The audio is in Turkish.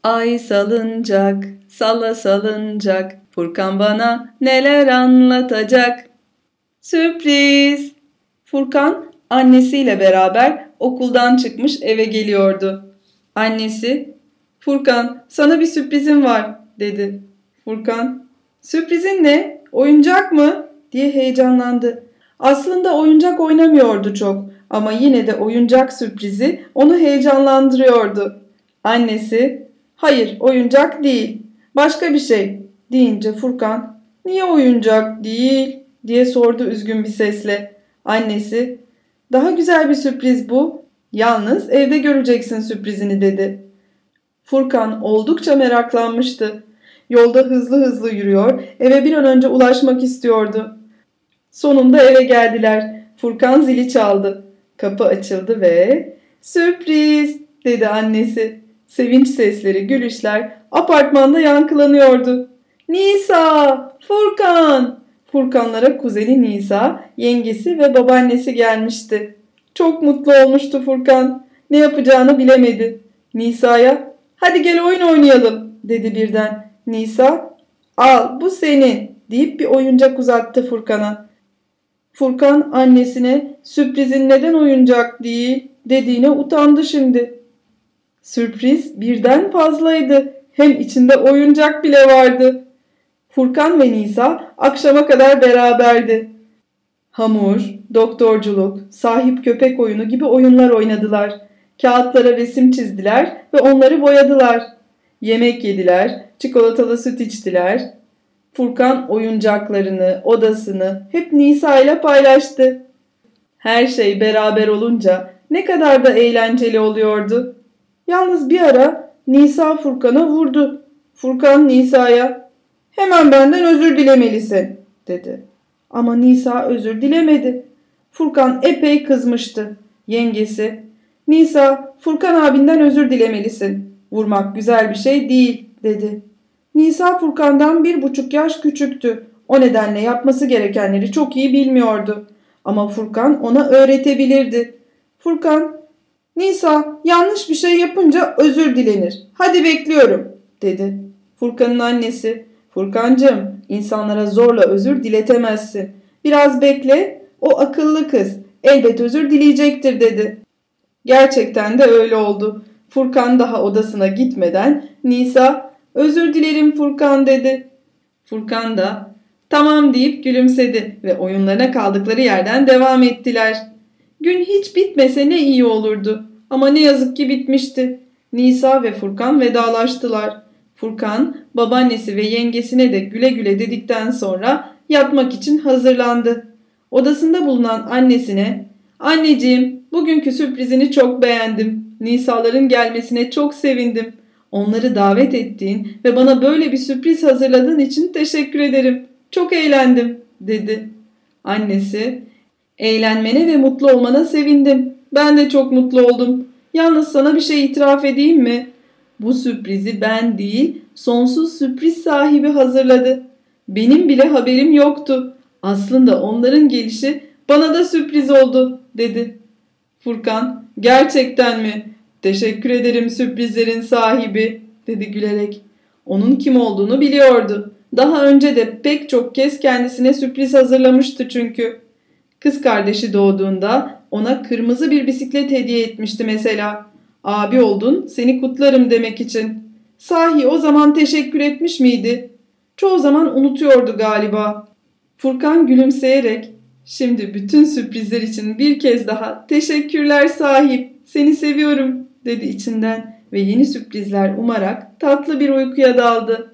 Ay salıncak, salla salıncak, Furkan bana neler anlatacak? Sürpriz! Furkan annesiyle beraber okuldan çıkmış eve geliyordu. Annesi, "Furkan, sana bir sürprizim var," dedi. Furkan, "Sürprizin ne? Oyuncak mı?" diye heyecanlandı. Aslında oyuncak oynamıyordu çok ama yine de oyuncak sürprizi onu heyecanlandırıyordu. Annesi, "Hayır, oyuncak değil. Başka bir şey," deyince Furkan, "Niye oyuncak değil?" diye sordu üzgün bir sesle. Annesi, "Daha güzel bir sürpriz bu. Yalnız evde göreceksin sürprizini," dedi. Furkan oldukça meraklanmıştı. Yolda hızlı hızlı yürüyor, eve bir an önce ulaşmak istiyordu. Sonunda eve geldiler. Furkan zili çaldı. Kapı açıldı ve "Sürpriz!" dedi annesi. Sevinç sesleri, gülüşler apartmanda yankılanıyordu. "Nisa! Furkan!" Furkanlara kuzeni Nisa, yengesi ve babaannesi gelmişti. Çok mutlu olmuştu Furkan. Ne yapacağını bilemedi. Nisa'ya, "Hadi gel oyun oynayalım," dedi birden. Nisa, "Al bu senin," deyip bir oyuncak uzattı Furkan'a. Furkan annesine sürprizin neden oyuncak değil dediğine utandı şimdi. Sürpriz birden fazlaydı. Hem içinde oyuncak bile vardı. Furkan ve Nisa akşama kadar beraberdi. Hamur, doktorculuk, sahip köpek oyunu gibi oyunlar oynadılar. Kağıtlara resim çizdiler ve onları boyadılar. Yemek yediler, çikolatalı süt içtiler. Furkan oyuncaklarını, odasını hep Nisa ile paylaştı. Her şey beraber olunca ne kadar da eğlenceli oluyordu. Yalnız bir ara Nisa Furkan'a vurdu. Furkan Nisa'ya, "Hemen benden özür dilemelisin," dedi. Ama Nisa özür dilemedi. Furkan epey kızmıştı. Yengesi, "Nisa, Furkan abinden özür dilemelisin. Vurmak güzel bir şey değil," dedi. Nisa Furkan'dan 1,5 yaş küçüktü. O nedenle yapması gerekenleri çok iyi bilmiyordu. Ama Furkan ona öğretebilirdi. Furkan, "Nisa, yanlış bir şey yapınca özür dilenir. Hadi bekliyorum," dedi. Furkan'ın annesi, "Furkancığım, insanlara zorla özür diletemezsin. Biraz bekle, o akıllı kız. Elbet özür dileyecektir," dedi. Gerçekten de öyle oldu. Furkan daha odasına gitmeden Nisa, "Özür dilerim Furkan," dedi. Furkan da "Tamam," deyip gülümsedi ve oyunlarına kaldıkları yerden devam ettiler. Gün hiç bitmese ne iyi olurdu. Ama ne yazık ki bitmişti. Nisa ve Furkan vedalaştılar. Furkan babaannesi ve yengesine de güle güle dedikten sonra yatmak için hazırlandı. Odasında bulunan annesine, "Anneciğim, bugünkü sürprizini çok beğendim. Nisaların gelmesine çok sevindim. Onları davet ettiğin ve bana böyle bir sürpriz hazırladığın için teşekkür ederim. Çok eğlendim," dedi. Annesi, "Eğlenmene ve mutlu olmana sevindim. Ben de çok mutlu oldum. Yalnız sana bir şey itiraf edeyim mi? Bu sürprizi ben değil, sonsuz sürpriz sahibi hazırladı. Benim bile haberim yoktu. Aslında onların gelişi bana da sürpriz oldu," dedi. Furkan, "Gerçekten mi? Teşekkür ederim sürprizlerin sahibi," dedi gülerek. Onun kim olduğunu biliyordu. Daha önce de pek çok kez kendisine sürpriz hazırlamıştı çünkü. Kız kardeşi doğduğunda ona kırmızı bir bisiklet hediye etmişti mesela. "Abi oldun, seni kutlarım," demek için. Sahi o zaman teşekkür etmiş miydi? Çoğu zaman unutuyordu galiba. Furkan gülümseyerek, "Şimdi bütün sürprizler için bir kez daha teşekkürler sahip, seni seviyorum," dedi içinden ve yeni sürprizler umarak tatlı bir uykuya daldı.